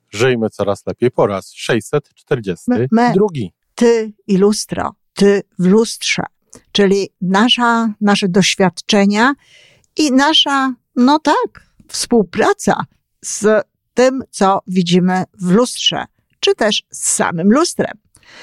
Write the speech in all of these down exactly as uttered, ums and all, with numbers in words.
Żyjmy coraz lepiej po raz sześćset czterdziesty drugi. Ty i lustro, ty w lustrze, czyli nasza, nasze doświadczenia i nasza, no tak, współpraca z tym, co widzimy w lustrze, czy też z samym lustrem.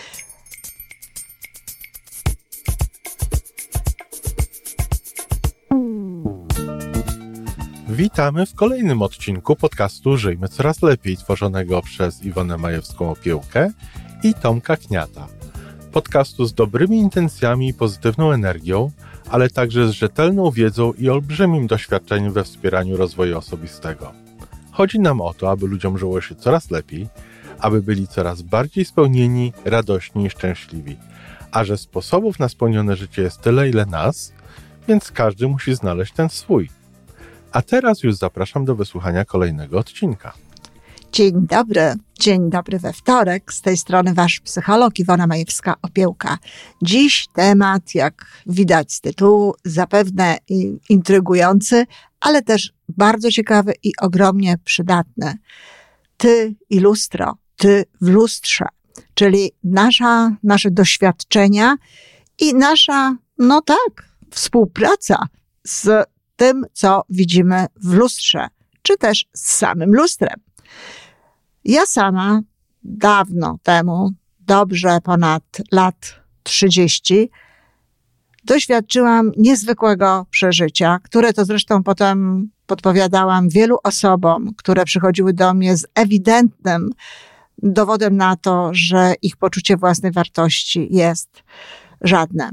Witamy w kolejnym odcinku podcastu Żyjmy Coraz Lepiej, tworzonego przez Iwonę Majewską-Opiełkę i Tomka Kniata. Podcastu z dobrymi intencjami i pozytywną energią, ale także z rzetelną wiedzą i olbrzymim doświadczeniem we wspieraniu rozwoju osobistego. Chodzi nam o to, aby ludziom żyło się coraz lepiej, aby byli coraz bardziej spełnieni, radośni i szczęśliwi. A że sposobów na spełnione życie jest tyle, ile nas, więc każdy musi znaleźć ten swój. A teraz już zapraszam do wysłuchania kolejnego odcinka. Dzień dobry, dzień dobry we wtorek. Z tej strony wasz psycholog Iwona Majewska-Opiełka. Dziś temat, jak widać z tytułu, zapewne intrygujący, ale też bardzo ciekawy i ogromnie przydatny. Ty i lustro, ty w lustrze, czyli nasza, nasze doświadczenia i nasza, no tak, współpraca z tym, co widzimy w lustrze, czy też z samym lustrem. Ja sama dawno temu, dobrze ponad lat trzydzieści, doświadczyłam niezwykłego przeżycia, które to zresztą potem podpowiadałam wielu osobom, które przychodziły do mnie z ewidentnym dowodem na to, że ich poczucie własnej wartości jest żadne.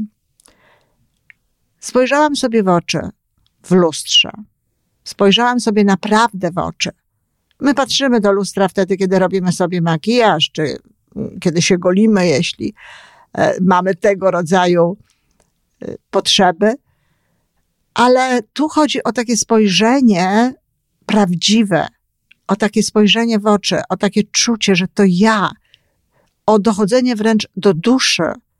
Spojrzałam sobie w oczy w lustrze. Spojrzałam sobie naprawdę w oczy. My patrzymy do lustra wtedy, kiedy robimy sobie makijaż, czy kiedy się golimy, jeśli mamy tego rodzaju potrzeby. Ale tu chodzi o takie spojrzenie prawdziwe, o takie spojrzenie w oczy, o takie czucie, że to ja, o dochodzenie wręcz do duszy.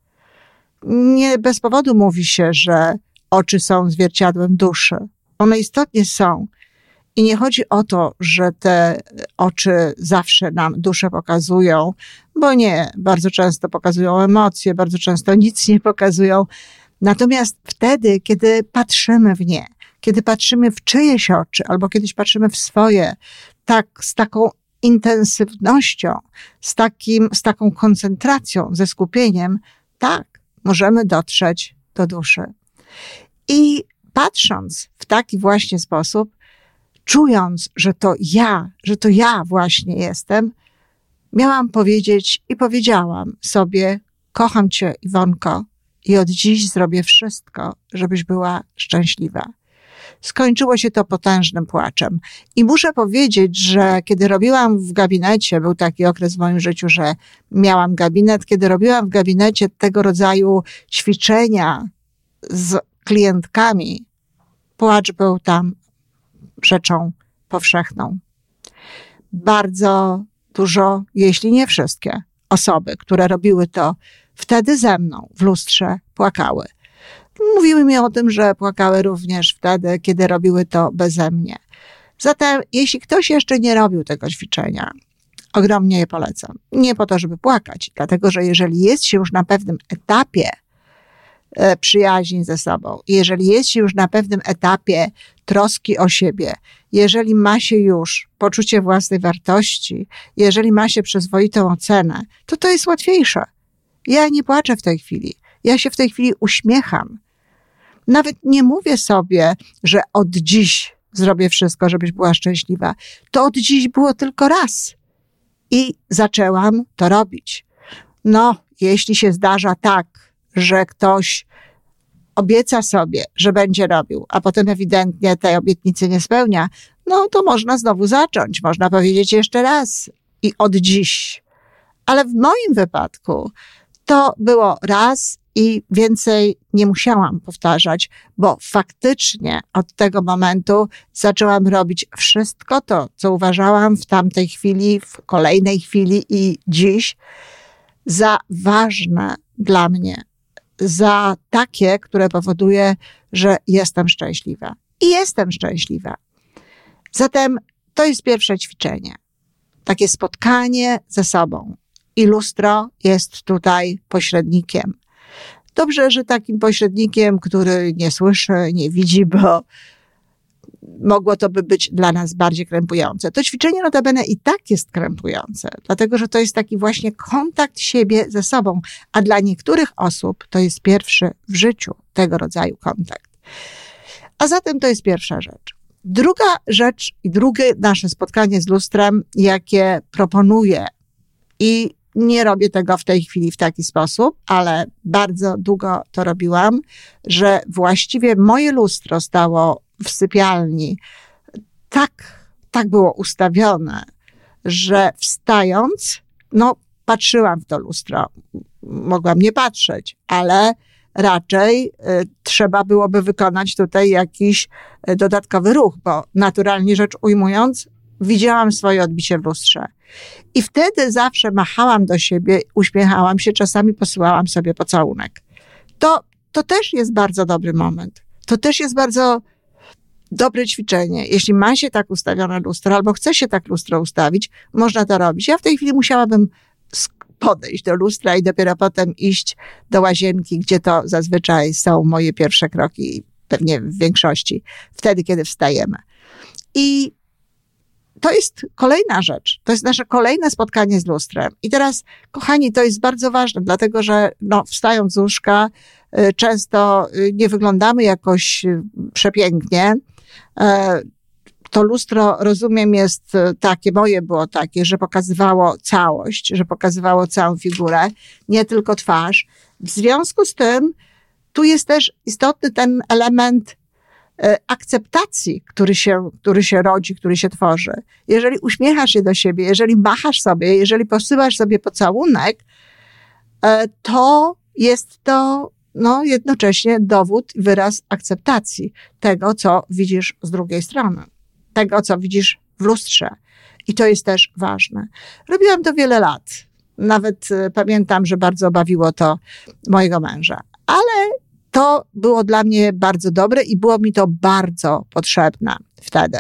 Nie bez powodu mówi się, że oczy są zwierciadłem duszy. One istotnie są. I nie chodzi o to, że te oczy zawsze nam duszę pokazują, bo nie, bardzo często pokazują emocje, bardzo często nic nie pokazują. Natomiast wtedy, kiedy patrzymy w nie, kiedy patrzymy w czyjeś oczy, albo kiedyś patrzymy w swoje, tak, z taką intensywnością, z takim, z taką koncentracją, ze skupieniem, tak, możemy dotrzeć do duszy. I patrząc w taki właśnie sposób, czując, że to ja, że to ja właśnie jestem, miałam powiedzieć i powiedziałam sobie: kocham cię, Iwonko, i od dziś zrobię wszystko, żebyś była szczęśliwa. Skończyło się to potężnym płaczem. I muszę powiedzieć, że kiedy robiłam w gabinecie, był taki okres w moim życiu, że miałam gabinet, kiedy robiłam w gabinecie tego rodzaju ćwiczenia z klientkami, płacz był tam rzeczą powszechną. Bardzo dużo, jeśli nie wszystkie osoby, które robiły to wtedy ze mną w lustrze, płakały. Mówiły mi o tym, że płakały również wtedy, kiedy robiły to beze mnie. Zatem, jeśli ktoś jeszcze nie robił tego ćwiczenia, ogromnie je polecam. Nie po to, żeby płakać, dlatego że jeżeli jest się już na pewnym etapie przyjaźni ze sobą, jeżeli jest się już na pewnym etapie troski o siebie, jeżeli ma się już poczucie własnej wartości, jeżeli ma się przyzwoitą ocenę, to to jest łatwiejsze. Ja nie płaczę w tej chwili. Ja się w tej chwili uśmiecham. Nawet nie mówię sobie, że od dziś zrobię wszystko, żebyś była szczęśliwa. To od dziś było tylko raz. I zaczęłam to robić. No, jeśli się zdarza tak, że ktoś obieca sobie, że będzie robił, a potem ewidentnie tej obietnicy nie spełnia, no to można znowu zacząć. Można powiedzieć jeszcze raz i od dziś. Ale w moim wypadku to było raz i więcej nie musiałam powtarzać, bo faktycznie od tego momentu zaczęłam robić wszystko to, co uważałam w tamtej chwili, w kolejnej chwili i dziś za ważne dla mnie, za takie, które powoduje, że jestem szczęśliwa. I jestem szczęśliwa. Zatem to jest pierwsze ćwiczenie. takie spotkanie ze sobą. I lustro jest tutaj pośrednikiem. Dobrze, że takim pośrednikiem, który nie słyszy, nie widzi, bo mogło to by być dla nas bardziej krępujące. To ćwiczenie notabene i tak jest krępujące, dlatego że to jest taki właśnie kontakt siebie ze sobą, a dla niektórych osób to jest pierwszy w życiu tego rodzaju kontakt. A zatem to jest pierwsza rzecz. Druga rzecz i drugie nasze spotkanie z lustrem, jakie proponuję i nie robię tego w tej chwili w taki sposób, ale bardzo długo to robiłam, że właściwie moje lustro stało w sypialni tak, tak było ustawione, że wstając, no patrzyłam w to lustro. Mogłam nie patrzeć, ale raczej y, trzeba byłoby wykonać tutaj jakiś y, dodatkowy ruch, bo naturalnie rzecz ujmując, widziałam swoje odbicie w lustrze. I wtedy zawsze machałam do siebie, uśmiechałam się, czasami posyłałam sobie pocałunek. To, to też jest bardzo dobry moment. To też jest bardzo dobre ćwiczenie. Jeśli ma się tak ustawione lustro, albo chce się tak lustro ustawić, można to robić. Ja w tej chwili musiałabym podejść do lustra i dopiero potem iść do łazienki, gdzie to zazwyczaj są moje pierwsze kroki, pewnie w większości, wtedy, kiedy wstajemy. I to jest kolejna rzecz. To jest nasze kolejne spotkanie z lustrem. I teraz, kochani, to jest bardzo ważne, dlatego że no, wstając z łóżka, y, często y, nie wyglądamy jakoś y, przepięknie. Y, to lustro, rozumiem, jest y, takie, moje było takie, że pokazywało całość, że pokazywało całą figurę, nie tylko twarz. W związku z tym, tu jest też istotny ten element akceptacji, który się, który się rodzi, który się tworzy. Jeżeli uśmiechasz się do siebie, jeżeli machasz sobie, jeżeli posyłasz sobie pocałunek, to jest to no, jednocześnie dowód, wyraz akceptacji tego, co widzisz z drugiej strony, tego, co widzisz w lustrze. I to jest też ważne. Robiłam to wiele lat. Nawet pamiętam, że bardzo bawiło to mojego męża. Ale to było dla mnie bardzo dobre i było mi to bardzo potrzebne wtedy.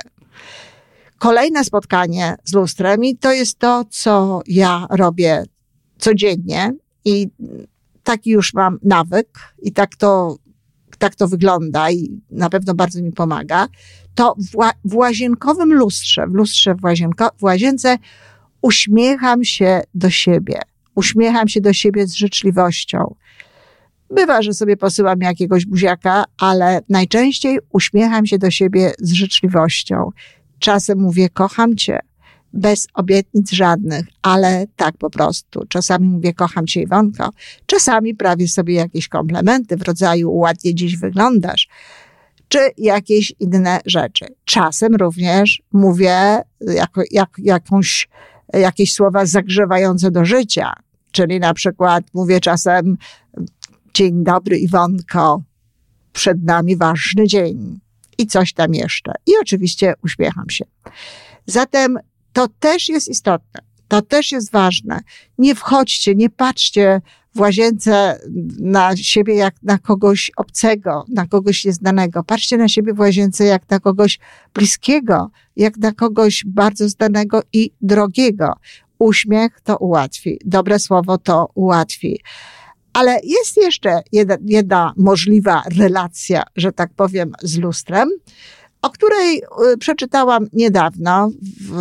Kolejne spotkanie z lustrem i to jest to, co ja robię codziennie i taki już mam nawyk i tak to, tak to wygląda i na pewno bardzo mi pomaga. To w, ła, w łazienkowym lustrze, w lustrze w, łazienko, w łazience uśmiecham się do siebie. Uśmiecham się do siebie z życzliwością. Bywa, że sobie posyłam jakiegoś buziaka, ale najczęściej uśmiecham się do siebie z życzliwością. Czasem mówię, kocham cię, bez obietnic żadnych, ale tak po prostu. Czasami mówię, kocham cię, Iwonko. Czasami prawię sobie jakieś komplementy w rodzaju, ładnie dziś wyglądasz, czy jakieś inne rzeczy. Czasem również mówię jako, jak, jakąś, jakieś słowa zagrzewające do życia, czyli na przykład mówię czasem, dzień dobry, Iwonko, przed nami ważny dzień i coś tam jeszcze. I oczywiście uśmiecham się. Zatem to też jest istotne, to też jest ważne. Nie wchodźcie, nie patrzcie w łazience na siebie jak na kogoś obcego, na kogoś nieznanego. Patrzcie na siebie w łazience jak na kogoś bliskiego, jak na kogoś bardzo znanego i drogiego. Uśmiech to ułatwi, dobre słowo to ułatwi. Ale jest jeszcze jedna, jedna możliwa relacja, że tak powiem, z lustrem, o której przeczytałam niedawno w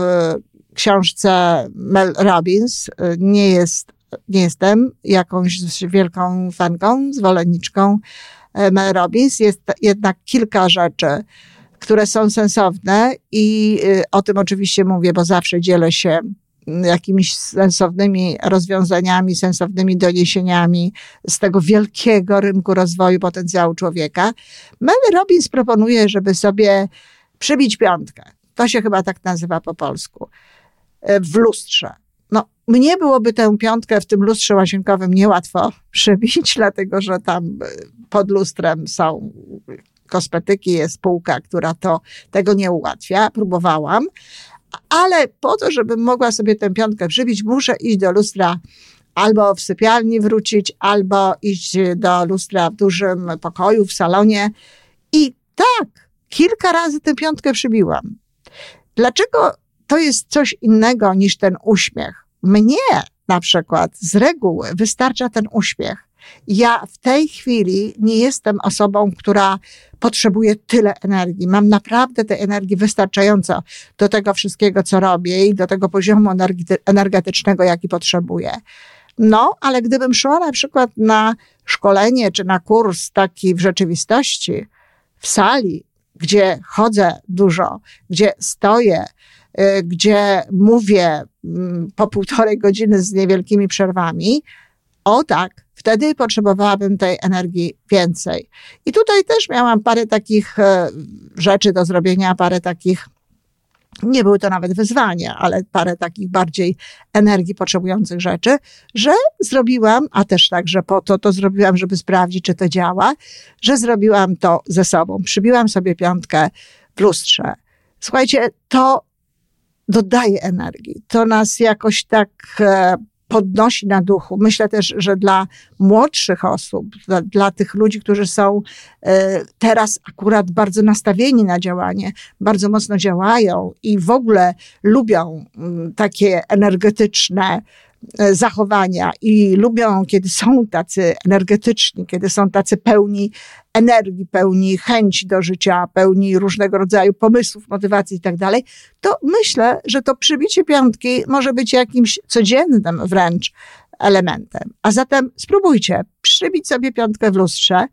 książce Mel Robbins. Nie jest, nie jestem jakąś wielką fanką, zwolenniczką Mel Robbins. Jest jednak kilka rzeczy, które są sensowne i o tym oczywiście mówię, bo zawsze dzielę się jakimiś sensownymi rozwiązaniami, sensownymi doniesieniami z tego wielkiego rynku rozwoju potencjału człowieka. Mel Robbins proponuje, żeby sobie przybić piątkę. To się chyba tak nazywa po polsku. W lustrze. No, mnie byłoby tę piątkę w tym lustrze łazienkowym niełatwo przybić, dlatego że tam pod lustrem są kosmetyki, jest półka, która to tego nie ułatwia. Próbowałam. Ale po to, żebym mogła sobie tę piątkę przybić, muszę iść do lustra albo w sypialni wrócić, albo iść do lustra w dużym pokoju, w salonie. I tak, kilka razy tę piątkę przybiłam. Dlaczego to jest coś innego niż ten uśmiech. Mnie na przykład z reguły wystarcza ten uśmiech. Ja w tej chwili nie jestem osobą, która potrzebuje tyle energii. Mam naprawdę tej energii wystarczająco do tego wszystkiego, co robię i do tego poziomu energetycznego, jaki potrzebuję. No, ale gdybym szła na przykład na szkolenie czy na kurs taki w rzeczywistości, w sali, gdzie chodzę dużo, gdzie stoję, gdzie mówię po półtorej godziny z niewielkimi przerwami, o tak, wtedy potrzebowałabym tej energii więcej. I tutaj też miałam parę takich rzeczy do zrobienia, parę takich, nie były to nawet wyzwania, ale parę takich bardziej energii potrzebujących rzeczy, że zrobiłam, a też także po to to zrobiłam, żeby sprawdzić, czy to działa, że zrobiłam to ze sobą. Przybiłam sobie piątkę w lustrze. Słuchajcie, to dodaje energii. To nas jakoś tak podnosi na duchu. Myślę też, że dla młodszych osób, dla, dla tych ludzi, którzy są teraz akurat bardzo nastawieni na działanie, bardzo mocno działają i w ogóle lubią takie energetyczne zachowania i lubią, kiedy są tacy energetyczni, kiedy są tacy pełni energii, pełni chęci do życia, pełni różnego rodzaju pomysłów, motywacji i tak dalej, to myślę, że to przybicie piątki może być jakimś codziennym wręcz elementem. A zatem spróbujcie przybić sobie piątkę w lustrze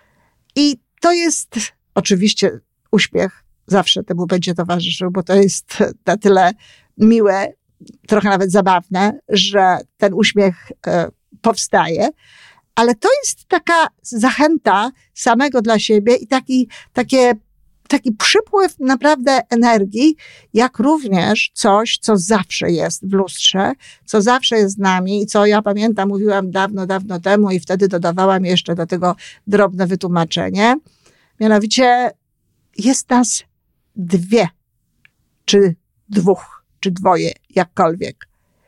i to jest oczywiście uśmiech, zawsze temu będzie towarzyszył, bo to jest na tyle miłe, trochę nawet zabawne, że ten uśmiech powstaje, ale to jest taka zachęta samego dla siebie i taki, takie, taki przypływ naprawdę energii, jak również coś, co zawsze jest w lustrze, co zawsze jest z nami i co ja pamiętam, mówiłam dawno, dawno temu i wtedy dodawałam jeszcze do tego drobne wytłumaczenie. Mianowicie jest nas dwie, czy dwóch, czy dwoje, jakkolwiek.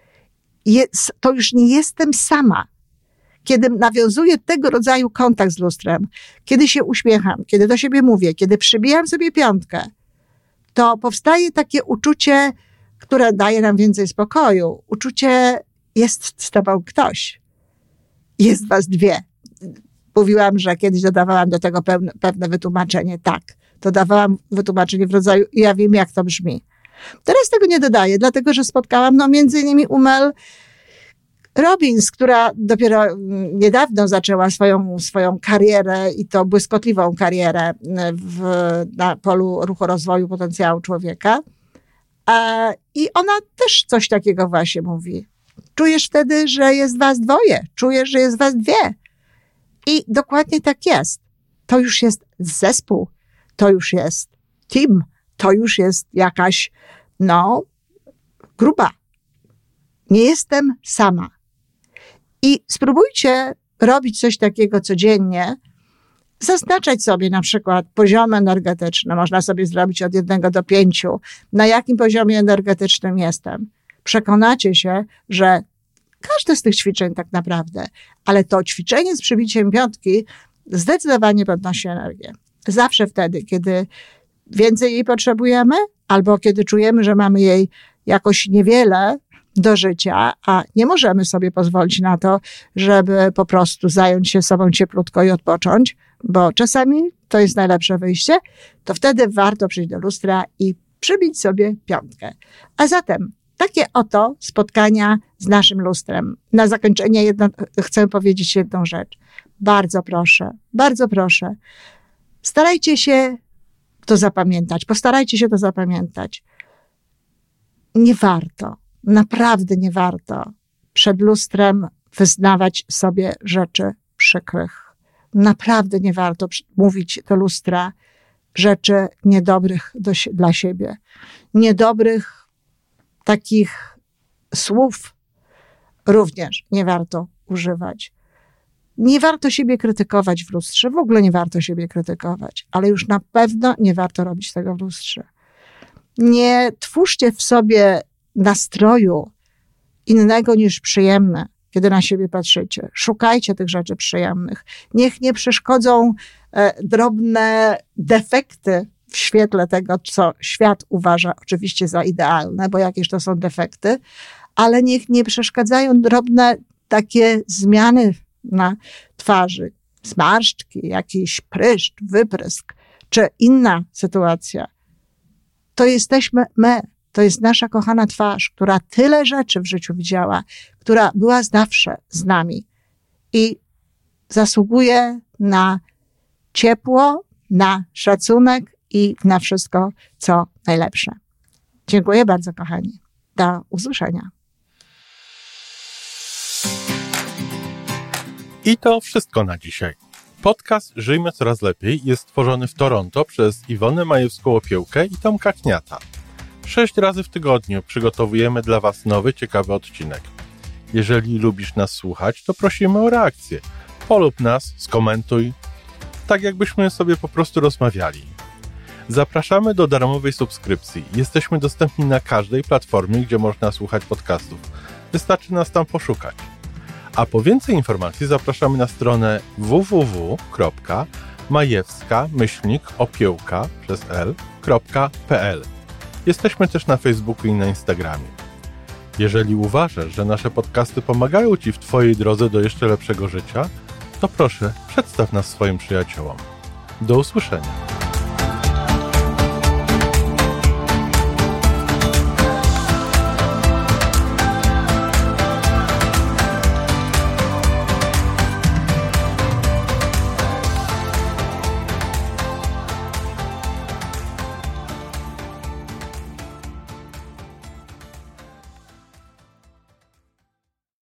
Jest, to już nie jestem sama. Kiedy nawiązuję tego rodzaju kontakt z lustrem, kiedy się uśmiecham, kiedy do siebie mówię, kiedy przybijam sobie piątkę, to powstaje takie uczucie, które daje nam więcej spokoju. Uczucie, jest z tobą ktoś. Jest was dwie. Mówiłam, że kiedyś dodawałam do tego pewne, pewne wytłumaczenie. Tak, dodawałam wytłumaczenie w rodzaju, ja wiem, jak to brzmi. Teraz tego nie dodaję, dlatego, że spotkałam, no, między innymi Mel Robbins, która dopiero niedawno zaczęła swoją, swoją karierę i to błyskotliwą karierę w, na polu ruchu rozwoju potencjału człowieka. E, I ona też coś takiego właśnie mówi. Czujesz wtedy, że jest was dwoje. Czujesz, że jest was dwie. I dokładnie tak jest. To już jest zespół. To już jest team. To już jest jakaś, no, grupa. Nie jestem sama. I spróbujcie robić coś takiego codziennie, zaznaczać sobie na przykład poziomy energetyczne. Można sobie zrobić od jednego do pięciu. Na jakim poziomie energetycznym jestem? Przekonacie się, że każde z tych ćwiczeń tak naprawdę, ale to ćwiczenie z przybiciem piątki zdecydowanie podnosi energię. Zawsze wtedy, kiedy więcej jej potrzebujemy, albo kiedy czujemy, że mamy jej jakoś niewiele do życia, a nie możemy sobie pozwolić na to, żeby po prostu zająć się sobą cieplutko i odpocząć, bo czasami to jest najlepsze wyjście, to wtedy warto przyjść do lustra i przybić sobie piątkę. A zatem takie oto spotkania z naszym lustrem. Na zakończenie jedno, chcę powiedzieć jedną rzecz. Bardzo proszę, bardzo proszę, starajcie się to zapamiętać, postarajcie się to zapamiętać. Nie warto, naprawdę nie warto przed lustrem wyznawać sobie rzeczy przykrych. Naprawdę nie warto mówić do lustra rzeczy niedobrych do, dla siebie. Niedobrych takich słów również nie warto używać. Nie warto siebie krytykować w lustrze, w ogóle nie warto siebie krytykować, ale już na pewno nie warto robić tego w lustrze. Nie twórzcie w sobie nastroju innego niż przyjemne, kiedy na siebie patrzycie. Szukajcie tych rzeczy przyjemnych. Niech nie przeszkodzą e, drobne defekty w świetle tego, co świat uważa oczywiście za idealne, bo jakieś to są defekty, ale niech nie przeszkadzają drobne takie zmiany na twarzy, zmarszczki, jakiś pryszcz, wyprysk, czy inna sytuacja. To jesteśmy my, to jest nasza kochana twarz, która tyle rzeczy w życiu widziała, która była zawsze z nami i zasługuje na ciepło, na szacunek i na wszystko, co najlepsze. Dziękuję bardzo, kochani. Do usłyszenia. I to wszystko na dzisiaj. Podcast Żyjmy Coraz Lepiej jest stworzony w Toronto przez Iwonę Majewską-Opiełkę i Tomka Kniata. Sześć razy w tygodniu przygotowujemy dla Was nowy, ciekawy odcinek. Jeżeli lubisz nas słuchać, to prosimy o reakcję. Polub nas, skomentuj, tak jakbyśmy sobie po prostu rozmawiali. Zapraszamy do darmowej subskrypcji. Jesteśmy dostępni na każdej platformie, gdzie można słuchać podcastów. Wystarczy nas tam poszukać. A po więcej informacji zapraszamy na stronę w w w kropka majewska myślnik opiełka przez l kropka p l. Jesteśmy też na Facebooku i na Instagramie. Jeżeli uważasz, że nasze podcasty pomagają Ci w Twojej drodze do jeszcze lepszego życia, to proszę, przedstaw nas swoim przyjaciołom. Do usłyszenia.